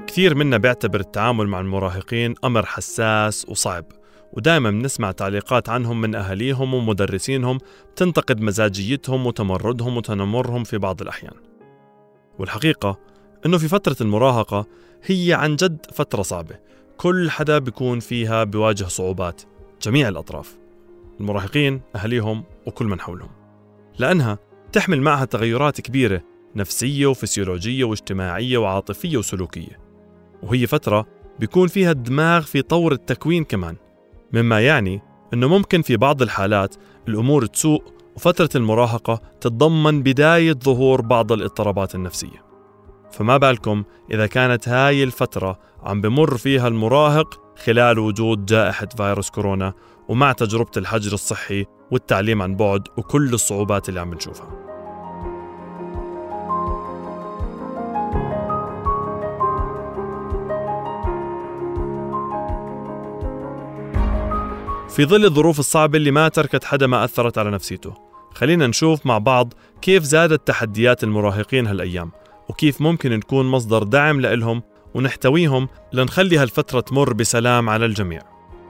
كثير منا بيعتبر التعامل مع المراهقين أمر حساس وصعب، ودائما بنسمع تعليقات عنهم من أهاليهم ومدرسينهم بتنتقد مزاجيتهم وتمردهم وتنمرهم في بعض الأحيان. والحقيقة إنه في فترة المراهقة هي عن جد فترة صعبة، كل حدا بيكون فيها بيواجه صعوبات، جميع الأطراف، المراهقين، أهاليهم، وكل من حولهم، لأنها تحمل معها تغيرات كبيرة نفسية وفسيولوجية واجتماعية وعاطفية وسلوكية. وهي فترة بيكون فيها الدماغ في طور التكوين كمان، مما يعني أنه ممكن في بعض الحالات الأمور تسوء وفترة المراهقة تتضمن بداية ظهور بعض الاضطرابات النفسية. فما بالكم إذا كانت هاي الفترة عم بمر فيها المراهق خلال وجود جائحة فيروس كورونا ومع تجربة الحجر الصحي والتعليم عن بعد وكل الصعوبات اللي عم نشوفها. في ظل الظروف الصعبة اللي ما تركت حدا ما أثرت على نفسيته، خلينا نشوف مع بعض كيف زادت تحديات المراهقين هالأيام، وكيف ممكن نكون مصدر دعم لإلهم ونحتويهم لنخلي هالفترة تمر بسلام على الجميع.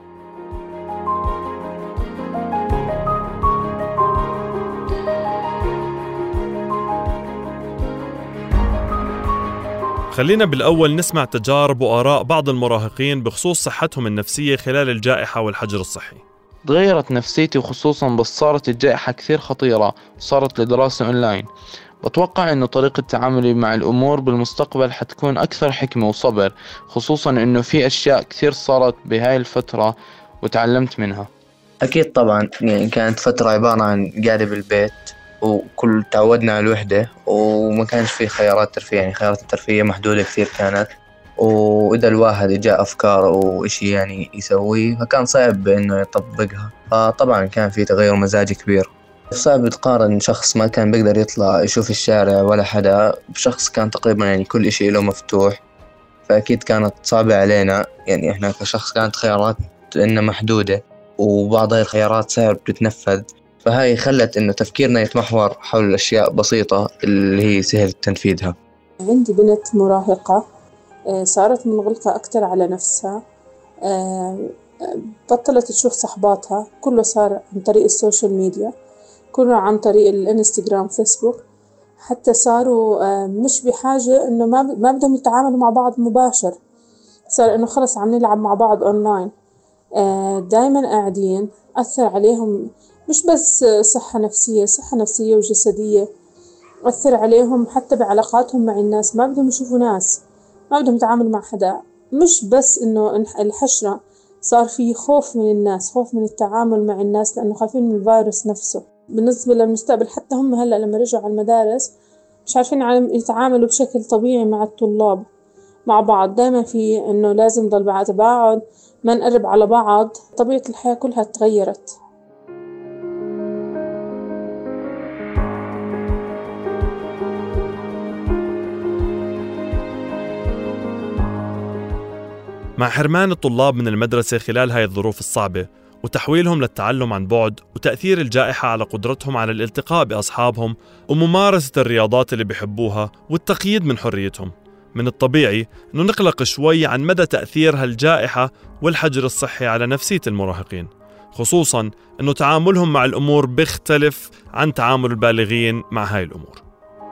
خلينا بالأول نسمع تجارب وآراء بعض المراهقين بخصوص صحتهم النفسية خلال الجائحة والحجر الصحي. تغيرت نفسيتي وخصوصا بس صارت الجائحة كثير خطيرة وصارت لدراسة أونلاين. بتوقع إنه طريقة تعاملي مع الأمور بالمستقبل حتكون أكثر حكمة وصبر، خصوصا إنه في أشياء كثير صارت بهاي الفترة وتعلمت منها. أكيد طبعا، يعني كانت فترة عبارة عن قاعدة بالبيت وكل تعودنا على الوحدة وما كانش في خيارات ترفيه، يعني خيارات الترفيه محدودة كثير كانت، وإذا الواحد جاء أفكار أو إشي يعني يسويه فكان صعب إنه يطبقها، فطبعا كان في تغير مزاجي كبير. صعب تقارن شخص ما كان بيقدر يطلع يشوف الشارع ولا حدا بشخص كان تقريبا يعني كل إشي له مفتوح، فأكيد كانت صعبة علينا. يعني إحنا كشخص كانت خيارات إنه محدودة وبعض هاي الخيارات صعب تتنفذ، فهاي خلت إنه تفكيرنا يتمحور حول الأشياء بسيطة اللي هي سهل تنفيذها. عندي بنت مراهقة صارت منغلقة أكتر على نفسها، بطلت تشوف صحباتها، كله صار عن طريق السوشيال ميديا، كله عن طريق الانستغرام فيسبوك، حتى صاروا مش بحاجة إنه ما بدهم يتعاملوا مع بعض مباشر، صار إنه خلص عم نلعب مع بعض أونلاين، دايما قاعدين. أثر عليهم مش بس صحة نفسية وجسدية، أثر عليهم حتى بعلاقاتهم مع الناس، ما بدهم يشوفوا ناس، ما بدهم يتعاملوا مع حدا. مش بس إنه الحشرة، صار في خوف من الناس، خوف من التعامل مع الناس لأنه خايفين من الفيروس نفسه. بالنسبة للمستقبل حتى هم هلأ لما رجعوا على المدارس مش عارفين يتعاملوا بشكل طبيعي مع الطلاب مع بعض، دائما في إنه لازم ضل بعد تباعد، ما نقرب على بعض، طبيعة الحياة كلها تغيرت. مع حرمان الطلاب من المدرسة خلال هاي الظروف الصعبة وتحويلهم للتعلم عن بعد وتأثير الجائحة على قدرتهم على الالتقاء بأصحابهم وممارسة الرياضات اللي بيحبوها والتقييد من حريتهم، من الطبيعي أنه نقلق شوي عن مدى تأثير هالجائحة والحجر الصحي على نفسية المراهقين، خصوصاً أنه تعاملهم مع الأمور بيختلف عن تعامل البالغين مع هاي الأمور.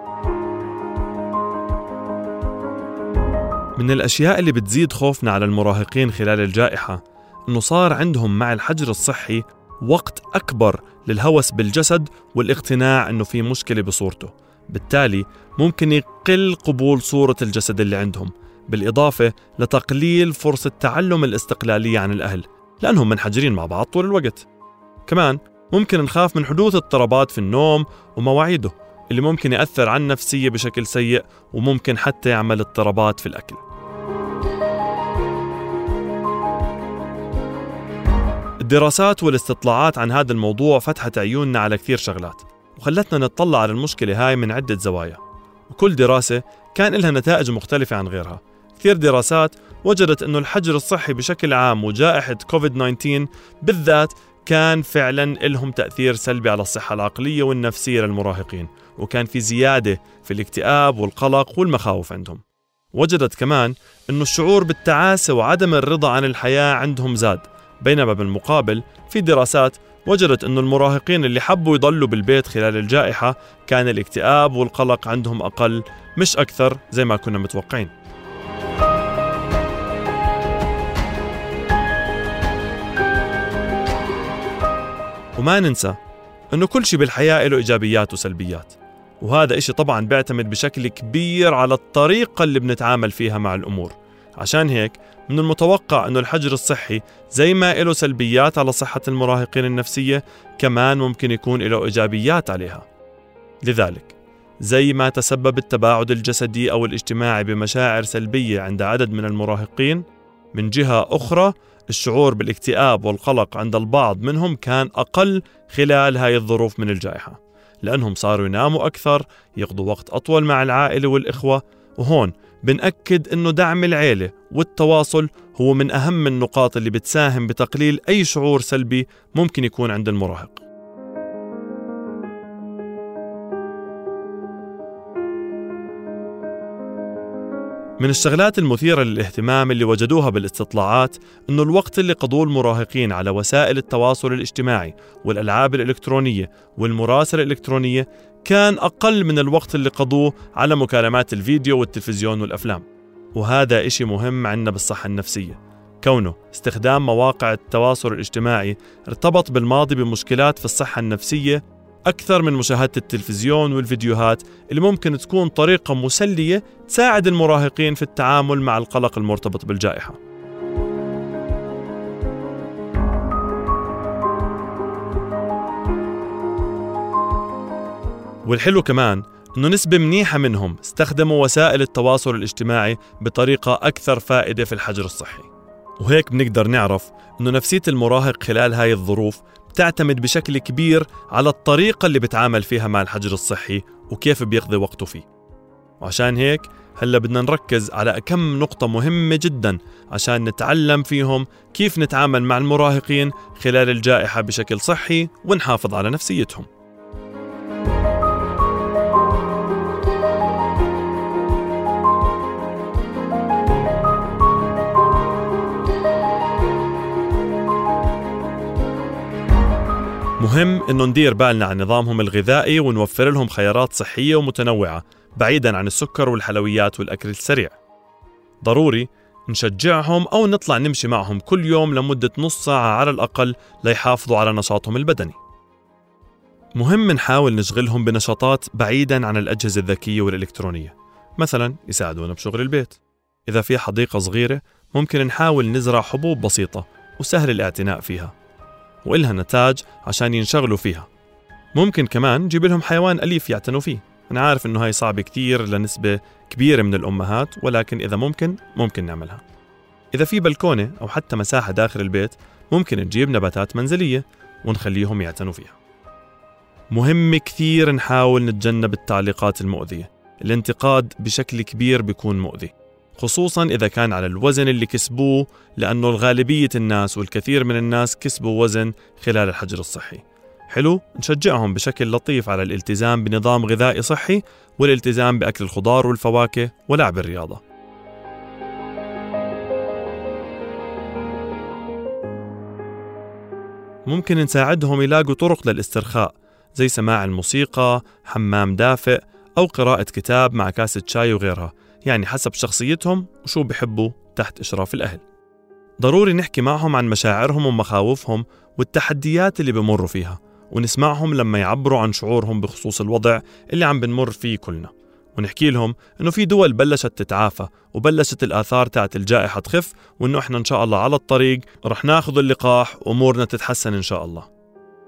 من الأشياء اللي بتزيد خوفنا على المراهقين خلال الجائحة أنه صار عندهم مع الحجر الصحي وقت أكبر للهوس بالجسد والاقتناع أنه في مشكلة بصورته، بالتالي ممكن يقل قبول صورة الجسد اللي عندهم، بالإضافة لتقليل فرصة تعلم الاستقلالية عن الأهل لأنهم منحجرين مع بعض طول الوقت. كمان ممكن نخاف من حدوث اضطرابات في النوم ومواعيده اللي ممكن يأثر على النفسية بشكل سيء، وممكن حتى يعمل اضطرابات في الأكل. الدراسات والاستطلاعات عن هذا الموضوع فتحت عيوننا على كثير شغلات وخلتنا نطلع على المشكلة هاي من عدة زوايا، وكل دراسة كان لها نتائج مختلفة عن غيرها. كثير دراسات وجدت أنه الحجر الصحي بشكل عام وجائحة كوفيد-19 بالذات كان فعلاً لهم تأثير سلبي على الصحة العقلية والنفسية للمراهقين، وكان في زيادة في الاكتئاب والقلق والمخاوف عندهم. وجدت كمان أنه الشعور بالتعاسة وعدم الرضا عن الحياة عندهم زاد، بينما بالمقابل في دراسات وجدت أنه المراهقين اللي حبوا يضلوا بالبيت خلال الجائحة كان الاكتئاب والقلق عندهم أقل مش أكثر زي ما كنا متوقعين. وما ننسى أنه كل شيء بالحياة له إيجابيات وسلبيات، وهذا إشي طبعاً بيعتمد بشكل كبير على الطريقة اللي بنتعامل فيها مع الأمور. عشان هيك من المتوقع أنه الحجر الصحي زي ما له سلبيات على صحة المراهقين النفسية كمان ممكن يكون له إيجابيات عليها. لذلك زي ما تسبب التباعد الجسدي أو الاجتماعي بمشاعر سلبية عند عدد من المراهقين، من جهة أخرى الشعور بالاكتئاب والقلق عند البعض منهم كان أقل خلال هاي الظروف من الجائحة، لأنهم صاروا يناموا أكثر، يقضوا وقت أطول مع العائلة والإخوة. وهون بنأكد أنه دعم العيلة والتواصل هو من أهم النقاط اللي بتساهم بتقليل أي شعور سلبي ممكن يكون عند المراهق. من الشغلات المثيرة للاهتمام اللي وجدوها بالاستطلاعات إنه الوقت اللي قضوه المراهقين على وسائل التواصل الاجتماعي والألعاب الإلكترونية والمراسلة الإلكترونية كان أقل من الوقت اللي قضوه على مكالمات الفيديو والتلفزيون والأفلام. وهذا إشي مهم عنا بالصحة النفسية، كونه استخدام مواقع التواصل الاجتماعي ارتبط بالماضي بمشكلات في الصحة النفسية أكثر من مشاهدة التلفزيون والفيديوهات اللي ممكن تكون طريقة مسلية تساعد المراهقين في التعامل مع القلق المرتبط بالجائحة. والحلو كمان إنه نسبة منيحة منهم استخدموا وسائل التواصل الاجتماعي بطريقة أكثر فائدة في الحجر الصحي. وهيك بنقدر نعرف إنه نفسية المراهق خلال هاي الظروف بتعتمد بشكل كبير على الطريقة اللي بتعامل فيها مع الحجر الصحي وكيف بيقضي وقته فيه. وعشان هيك هلأ بدنا نركز على كم نقطة مهمة جدا عشان نتعلم فيهم كيف نتعامل مع المراهقين خلال الجائحة بشكل صحي ونحافظ على نفسيتهم. مهم إنه ندير بالنا عن نظامهم الغذائي ونوفر لهم خيارات صحية ومتنوعة بعيداً عن السكر والحلويات والأكل السريع. ضروري نشجعهم أو نطلع نمشي معهم كل يوم لمدة نص ساعة على الأقل ليحافظوا على نشاطهم البدني. مهم نحاول نشغلهم بنشاطات بعيداً عن الأجهزة الذكية والإلكترونية، مثلاً يساعدونا بشغل البيت. إذا في حديقة صغيرة ممكن نحاول نزرع حبوب بسيطة وسهل الاعتناء فيها وإلها نتاج عشان ينشغلوا فيها. ممكن كمان نجيب لهم حيوان أليف يعتنوا فيه. أنا عارف إنه هاي صعب كتير لنسبة كبيرة من الأمهات، ولكن إذا ممكن نعملها. إذا في بلكونة أو حتى مساحة داخل البيت ممكن نجيب نباتات منزلية ونخليهم يعتنوا فيها. مهم كثير نحاول نتجنب التعليقات المؤذية. الانتقاد بشكل كبير بيكون مؤذي، خصوصاً إذا كان على الوزن اللي كسبوه، لأنه الغالبية الناس والكثير من الناس كسبوا وزن خلال الحجر الصحي. حلو نشجعهم بشكل لطيف على الالتزام بنظام غذائي صحي والالتزام بأكل الخضار والفواكه ولعب الرياضة. ممكن نساعدهم يلاقوا طرق للاسترخاء زي سماع الموسيقى، حمام دافئ، أو قراءة كتاب مع كاسة شاي وغيرها، يعني حسب شخصيتهم وشو بيحبوا تحت إشراف الأهل. ضروري نحكي معهم عن مشاعرهم ومخاوفهم والتحديات اللي بمروا فيها، ونسمعهم لما يعبروا عن شعورهم بخصوص الوضع اللي عم بنمر فيه كلنا، ونحكي لهم إنه في دول بلشت تتعافى وبلشت الآثار تاعت الجائحة تخف، وإنه إحنا إن شاء الله على الطريق رح ناخذ اللقاح وأمورنا تتحسن إن شاء الله.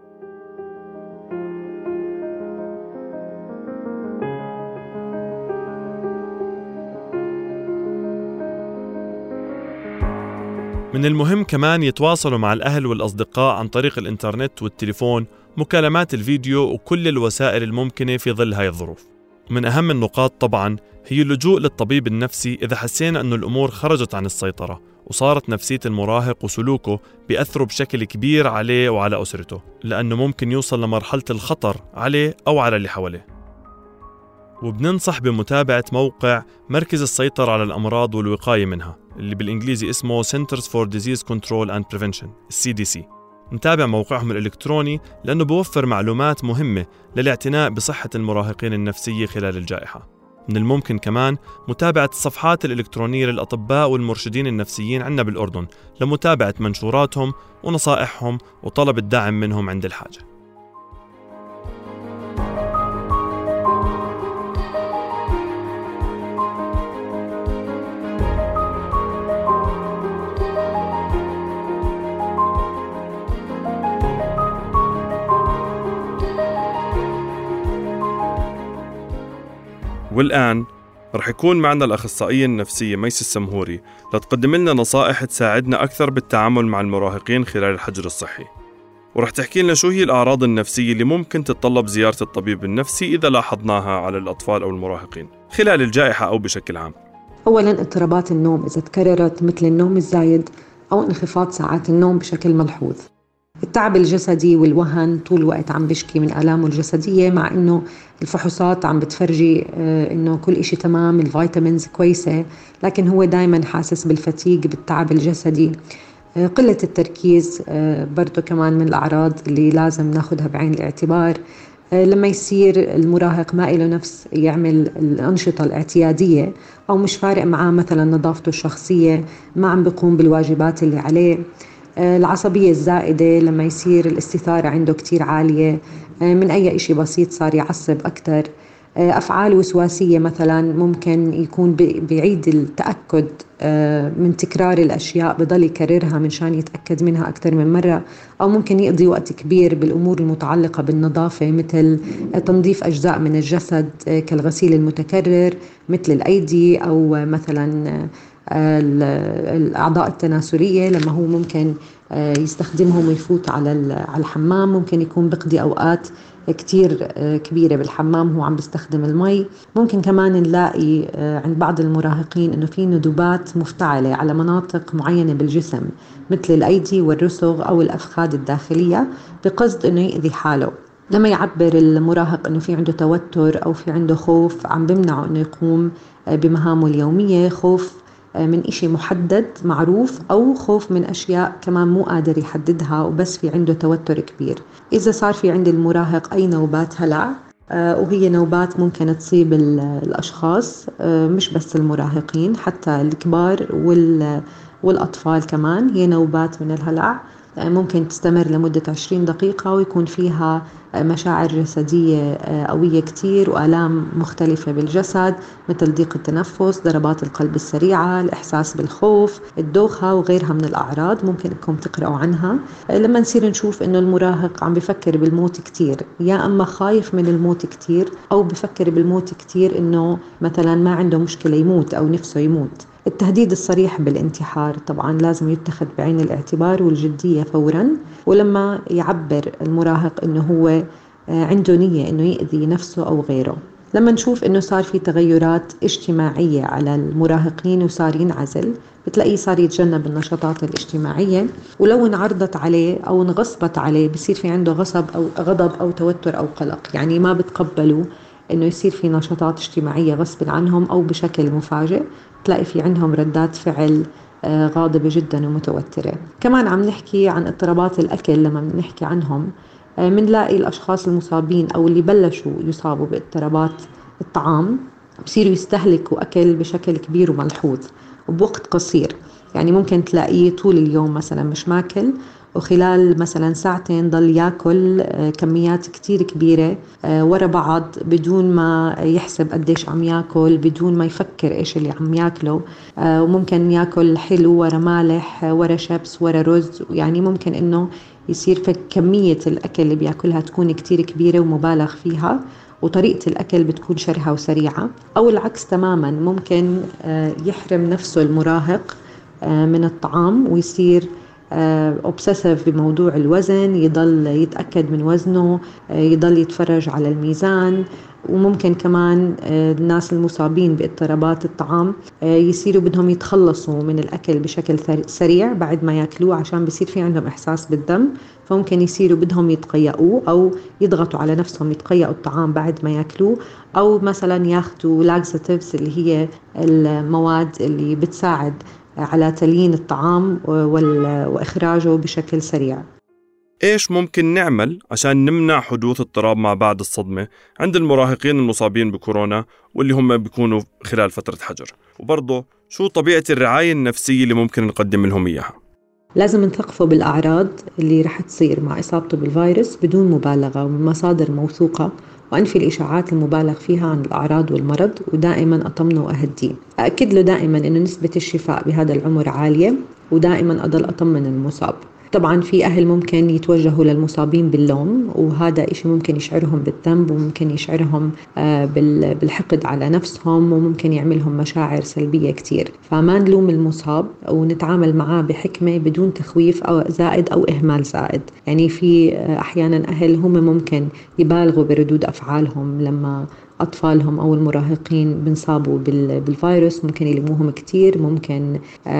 من المهم كمان يتواصلوا مع الأهل والأصدقاء عن طريق الإنترنت والتليفون، مكالمات الفيديو وكل الوسائل الممكنة في ظل هاي الظروف. من أهم النقاط طبعاً هي اللجوء للطبيب النفسي إذا حسينا أنه الأمور خرجت عن السيطرة وصارت نفسية المراهق وسلوكه بيأثروا بشكل كبير عليه وعلى أسرته، لأنه ممكن يوصل لمرحلة الخطر عليه أو على اللي حواليه. وبننصح بمتابعة موقع مركز السيطرة على الأمراض والوقاية منها اللي بالإنجليزي اسمه Centers for Disease Control and Prevention CDC. نتابع موقعهم الإلكتروني لأنه بوفر معلومات مهمة للاعتناء بصحة المراهقين النفسية خلال الجائحة. من الممكن كمان متابعة الصفحات الإلكترونية للأطباء والمرشدين النفسيين عنا بالأردن لمتابعة منشوراتهم ونصائحهم وطلب الدعم منهم عند الحاجة. والآن رح يكون معنا الأخصائية النفسية ميس السمهوري لتقدم لنا نصائح تساعدنا أكثر بالتعامل مع المراهقين خلال الحجر الصحي، ورح تحكي لنا شو هي الأعراض النفسية اللي ممكن تتطلب زيارة الطبيب النفسي إذا لاحظناها على الأطفال أو المراهقين خلال الجائحة أو بشكل عام. أولاً اضطرابات النوم إذا تكررت مثل النوم الزايد أو انخفاض ساعات النوم بشكل ملحوظ. التعب الجسدي والوهن طول الوقت عم بشكي من آلامه الجسدية مع إنه الفحوصات عم بتفرجي إنه كل إشي تمام، الفيتامينز كويسة، لكن هو دايماً حاسس بالفتيق بالتعب الجسدي. قلة التركيز برضو كمان من الأعراض اللي لازم ناخدها بعين الاعتبار. لما يصير المراهق ما إله نفس يعمل الأنشطة الاعتيادية أو مش فارق معاه مثلاً نظافته الشخصية، ما عم بيقوم بالواجبات اللي عليه. العصبية الزائدة لما يصير الاستثارة عنده كتير عالية من أي إشي بسيط صار يعصب أكتر. أفعال وسواسية مثلا ممكن يكون بعيد التأكد من تكرار الأشياء، بضل يكررها منشان يتأكد منها أكتر من مرة، أو ممكن يقضي وقت كبير بالأمور المتعلقة بالنظافة مثل تنظيف أجزاء من الجسد كالغسيل المتكرر مثل الأيدي، أو مثلا الأعضاء التناسلية لما هو ممكن يستخدمهم ويفوت على الحمام، ممكن يكون بقضي أوقات كتير كبيرة بالحمام هو عم بيستخدم المي. ممكن كمان نلاقي عند بعض المراهقين إنه في ندوبات مفتعلة على مناطق معينة بالجسم مثل الأيدي والرسغ أو الأفخاذ الداخلية بقصد إنه يؤذي حاله. لما يعبر المراهق إنه في عنده توتر أو في عنده خوف عم بمنعه إنه يقوم بمهامه اليومية، خوف من إشي محدد معروف أو خوف من أشياء كمان مو قادر يحددها وبس في عنده توتر كبير. إذا صار في عند المراهق أي نوبات هلع، وهي نوبات ممكن تصيب الأشخاص مش بس المراهقين، حتى الكبار والأطفال كمان، هي نوبات من الهلع ممكن تستمر لمدة 20 دقيقة ويكون فيها مشاعر جسدية قوية كتير وآلام مختلفة بالجسد مثل ضيق التنفس، ضربات القلب السريعة، الإحساس بالخوف، الدوخة وغيرها من الأعراض ممكن انكم تقرأوا عنها. لما نصير نشوف إنه المراهق عم بفكر بالموت كتير، يا أما خايف من الموت كتير أو بفكر بالموت كتير إنه مثلا ما عنده مشكلة يموت أو نفسه يموت. التهديد الصريح بالانتحار طبعا لازم يتخذ بعين الاعتبار والجدية فورا. ولما يعبر المراهق إنه هو عنده نية إنه يؤذي نفسه أو غيره. لما نشوف إنه صار في تغيرات اجتماعية على المراهقين وصار ينعزل، بتلاقيه صار يتجنب النشاطات الاجتماعية، ولو انعرضت عليه أو انغصبت عليه بصير في عنده غضب أو توتر أو قلق، يعني ما بتقبلوا إنه يصير في نشاطات اجتماعية غصب عنهم أو بشكل مفاجئ، تلاقي في عندهم ردات فعل غاضبة جدا ومتوترة. كمان عم نحكي عن اضطرابات الأكل. لما بنحكي عنهم منلاقي الأشخاص المصابين أو اللي بلشوا يصابوا باضطرابات الطعام بصيروا يستهلكوا أكل بشكل كبير وملحوظ وبوقت قصير، يعني ممكن تلاقيه طول اليوم مثلا مش ماكل وخلال مثلا ساعتين ضل ياكل كميات كتير كبيرة ورا بعض بدون ما يحسب قديش عم ياكل، بدون ما يفكر ايش اللي عم ياكله. وممكن ياكل حلو ورا مالح ورا شبس ورا رز، يعني ممكن انه يصير في كمية الأكل اللي بياكلها تكون كتير كبيرة ومبالغ فيها، وطريقة الأكل بتكون شرهة وسريعة. أو العكس تماما، ممكن يحرم نفسه المراهق من الطعام ويصير obsessive بموضوع الوزن، يضل يتأكد من وزنه، يضل يتفرج على الميزان. وممكن كمان الناس المصابين باضطرابات الطعام يصيروا بدهم يتخلصوا من الأكل بشكل سريع بعد ما يأكلوه، عشان بيصير في عندهم إحساس بالذنب، فممكن يصيروا بدهم يتقيأوه أو يضغطوا على نفسهم يتقيأوا الطعام بعد ما يأكلوه، أو مثلا ياخدوا لاكزاتيفز اللي هي المواد اللي بتساعد على تليين الطعام وإخراجه بشكل سريع. إيش ممكن نعمل عشان نمنع حدوث اضطراب ما بعد الصدمة عند المراهقين المصابين بكورونا واللي هم بيكونوا خلال فترة حجر؟ وبرضه شو طبيعة الرعاية النفسية اللي ممكن نقدم لهم إياها؟ لازم نثقفه بالأعراض اللي رح تصير مع إصابته بالفيروس بدون مبالغة ومن مصادر موثوقة، وأنفي الإشاعات المبالغ فيها عن الأعراض والمرض، ودائما أطمنه وأهديه. أأكد له دائما أن نسبة الشفاء بهذا العمر عالية، ودائما أضل أطمن المصاب. طبعا في أهل ممكن يتوجهوا للمصابين باللوم، وهذا إشي ممكن يشعرهم بالذنب، وممكن يشعرهم بالحقد على نفسهم، وممكن يعملهم مشاعر سلبية كتير. فما نلوم المصاب ونتعامل معاه بحكمة بدون تخويف أو زائد أو إهمال زائد. يعني في أحيانا أهل هم ممكن يبالغوا بردود أفعالهم لما أطفالهم أو المراهقين بنصابوا بالفيروس، ممكن يلموهم كتير، ممكن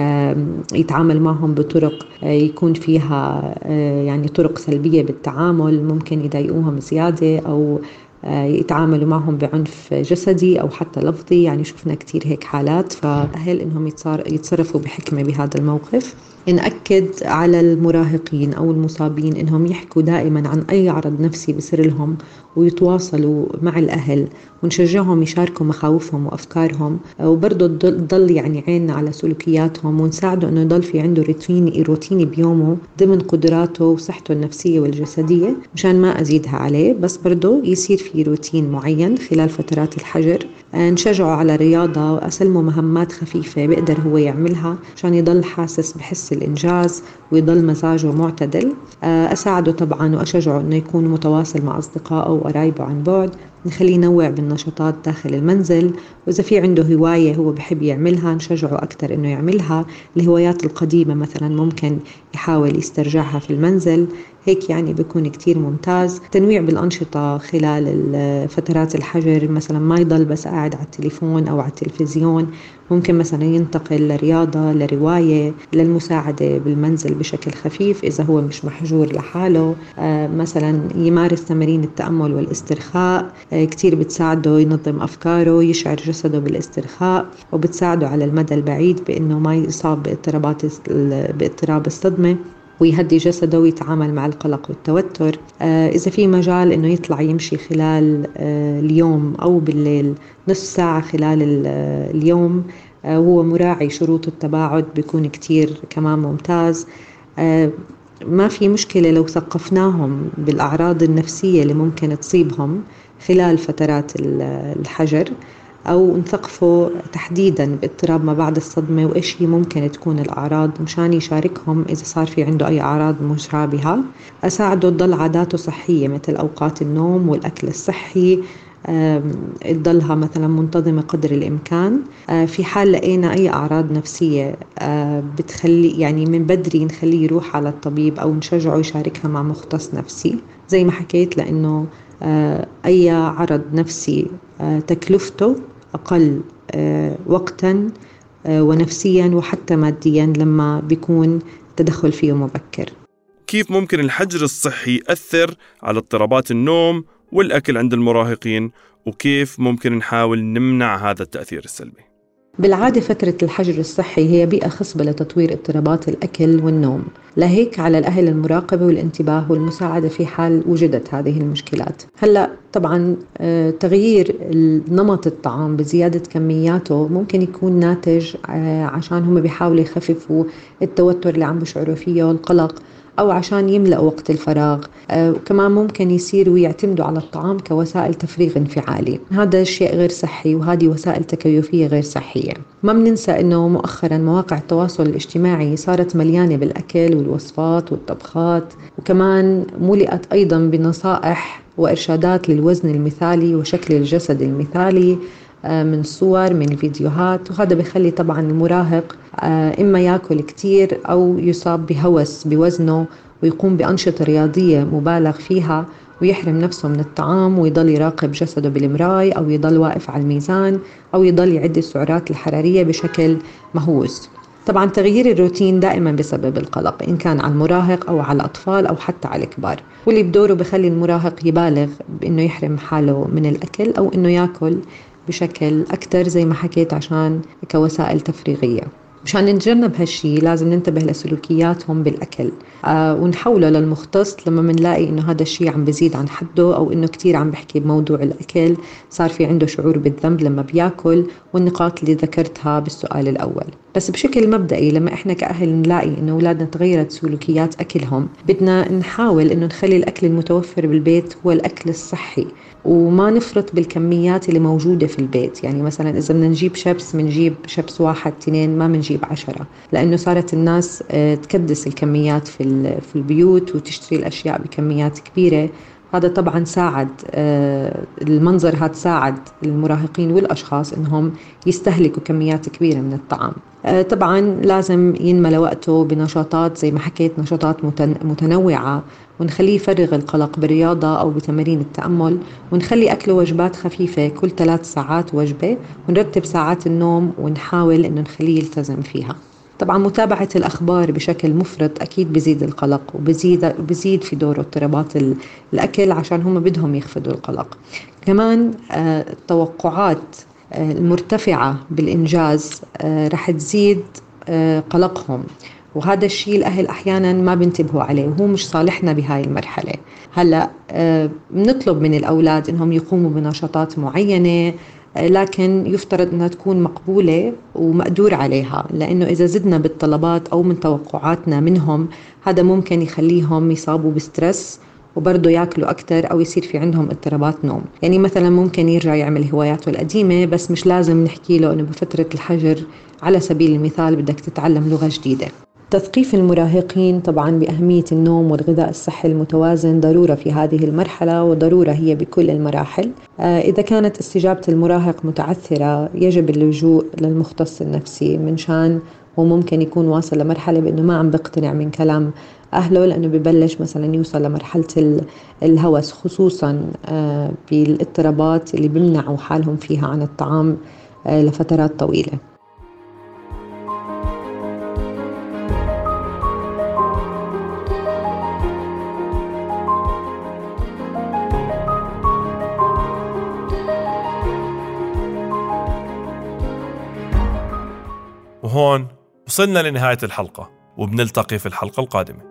يتعامل معهم بطرق يكون فيها يعني طرق سلبية بالتعامل، ممكن يضايقوهم زيادة أو يتعاملوا معهم بعنف جسدي أو حتى لفظي. يعني شفنا كتير هيك حالات، فأهل إنهم يتصرفوا بحكمة بهذا الموقف. نأكد على المراهقين أو المصابين إنهم يحكوا دائما عن أي عرض نفسي بصير لهم، ويتواصلوا مع الأهل، ونشجعهم يشاركوا مخاوفهم وأفكارهم، وبرضه تضل يعني عيننا على سلوكياتهم، ونساعده إنه يضل في عنده روتين بيومه ضمن قدراته وصحته النفسية والجسدية، مشان ما أزيدها عليه، بس برضه يصير في روتين معين خلال فترات الحجر. نشجعه على رياضة، وأسلمه مهمات خفيفة بيقدر هو يعملها عشان يضل حاسس بحس الإنجاز ويضل مزاجه معتدل. أساعده طبعا وأشجعه إنه يكون متواصل مع أصدقائه وقرايبه عن بعد، نخليه ينوع بالنشاطات داخل المنزل، وإذا في عنده هواية هو بحب يعملها نشجعه أكتر إنه يعملها. الهوايات القديمة مثلا ممكن يحاول يسترجعها في المنزل، هيك يعني بيكون كتير ممتاز. تنويع بالأنشطة خلال فترات الحجر، مثلا ما يضل بس قاعد على التليفون أو على التلفزيون، ممكن مثلا ينتقل لرياضة، لرواية، للمساعدة بالمنزل بشكل خفيف إذا هو مش محجور لحاله. مثلا يمارس تمارين التأمل والاسترخاء، كتير بتساعده ينظم أفكاره، يشعر جسده بالاسترخاء، وبتساعده على المدى البعيد بأنه ما يصاب باضطراب الصدمة، ويهدي جسده ويتعامل مع القلق والتوتر. إذا في مجال إنه يطلع يمشي خلال اليوم أو بالليل نصف ساعة خلال اليوم، وهو مراعي شروط التباعد، بيكون كتير كمان ممتاز. ما في مشكلة لو ثقفناهم بالأعراض النفسية اللي ممكن تصيبهم خلال فترات الحجر، أو نثقفه تحديداً باضطراب ما بعد الصدمة وإيش هي ممكن تكون الأعراض، مشان يشاركهم إذا صار في عنده أي أعراض مشابهة. أساعده تضل عاداته صحية مثل أوقات النوم والأكل الصحي، تضلها مثلا منتظمة قدر الإمكان. في حال لقينا أي أعراض نفسية بتخلي يعني من بدري نخليه يروح على الطبيب، أو نشجعه يشاركها مع مختص نفسي زي ما حكيت، لأنه أي عرض نفسي تكلفته أقل وقتاً ونفسياً وحتى مادياً لما بيكون تدخل فيه مبكر. كيف ممكن الحجر الصحي يأثر على اضطرابات النوم والأكل عند المراهقين، وكيف ممكن نحاول نمنع هذا التأثير السلبي؟ بالعادة فترة الحجر الصحي هي بيئة خصبة لتطوير اضطرابات الأكل والنوم، لهيك على الأهل المراقبة والانتباه والمساعدة في حال وجدت هذه المشكلات. هلأ طبعا تغيير نمط الطعام بزيادة كمياته ممكن يكون ناتج عشان هم بيحاولوا يخففوا التوتر اللي عم بيشعروا فيه والقلق، أو عشان يملأوا وقت الفراغ. وكمان ممكن يصيروا يعتمدوا على الطعام كوسائل تفريغ انفعالي، هذا شيء غير صحي، وهذه وسائل تكيفية غير صحية. ما بننسى أنه مؤخرا مواقع التواصل الاجتماعي صارت مليانة بالأكل والوصفات والطبخات، وكمان ملئت أيضا بنصائح وإرشادات للوزن المثالي وشكل الجسد المثالي من صور من الفيديوهات، وهذا بيخلي طبعا المراهق إما يأكل كتير أو يصاب بهوس بوزنه ويقوم بأنشطة رياضية مبالغ فيها ويحرم نفسه من الطعام ويضل يراقب جسده بالمراية أو يضل واقف على الميزان أو يضل يعد السعرات الحرارية بشكل مهووس. طبعا تغيير الروتين دائما بسبب القلق، إن كان على المراهق أو على الأطفال أو حتى على الكبار، واللي بدوره بخلي المراهق يبالغ بأنه يحرم حاله من الأكل أو أنه يأكل بشكل أكتر زي ما حكيت عشان كوسائل تفريغية. مشان نتجنب هالشي لازم ننتبه لسلوكياتهم بالأكل ونحوله للمختص لما منلاقي إنه هذا الشي عم بزيد عن حده أو إنه كتير عم بحكي بموضوع الأكل، صار في عنده شعور بالذنب لما بياكل، والنقاط اللي ذكرتها بالسؤال الأول. بس بشكل مبدئي لما إحنا كأهل نلاقي إنه أولادنا تغيرت سلوكيات أكلهم، بدنا نحاول إنه نخلي الأكل المتوفر بالبيت هو الأكل الصحي وما نفرط بالكميات اللي موجودة في البيت. يعني مثلا إذا بدنا نجيب شيبس منجيب شيبس 1 2، ما منجيب 10، لأنه صارت الناس تكدس الكميات في البيوت وتشتري الأشياء بكميات كبيرة. هذا طبعا ساعد المنظر هذا ساعد المراهقين والأشخاص إنهم يستهلكوا كميات كبيرة من الطعام. طبعا لازم ينملى وقته بنشاطات زي ما حكيت، نشاطات متنوعة، ونخليه يفرغ القلق بالرياضة أو بتمارين التأمل، ونخلي أكله وجبات خفيفة كل 3 ساعات وجبة، ونرتب ساعات النوم ونحاول إنه نخليه يلتزم فيها. طبعا متابعة الأخبار بشكل مفرط أكيد بزيد القلق وبزيد في دوره اضطرابات الأكل عشان هم بدهم يخفضوا القلق. كمان التوقعات المرتفعة بالإنجاز رح تزيد قلقهم، وهذا الشيء الأهل أحيانا ما بنتبهوا عليه وهو مش صالحنا بهاي المرحلة. هلأ بنطلب من الأولاد إنهم يقوموا بنشاطات معينة، لكن يفترض أنها تكون مقبولة ومقدور عليها، لأنه إذا زدنا بالطلبات أو من توقعاتنا منهم هذا ممكن يخليهم يصابوا بسترس وبرضه يأكلوا أكتر أو يصير في عندهم اضطرابات نوم. يعني مثلا ممكن يرجع يعمل هواياته القديمة، بس مش لازم نحكي له أنه بفترة الحجر على سبيل المثال بدك تتعلم لغة جديدة. تثقيف المراهقين طبعا بأهمية النوم والغذاء الصحي المتوازن ضرورة في هذه المرحلة، وضرورة هي بكل المراحل. إذا كانت استجابة المراهق متعثرة يجب اللجوء للمختص النفسي، من شان وممكن يكون واصل لمرحلة بأنه ما عم بقتنع من كلام أهله، لأنه ببلش مثلا يوصل لمرحلة الهوس، خصوصا بالاضطرابات اللي بيمنعوا حالهم فيها عن الطعام لفترات طويلة. وهون وصلنا لنهاية الحلقة، وبنلتقي في الحلقة القادمة.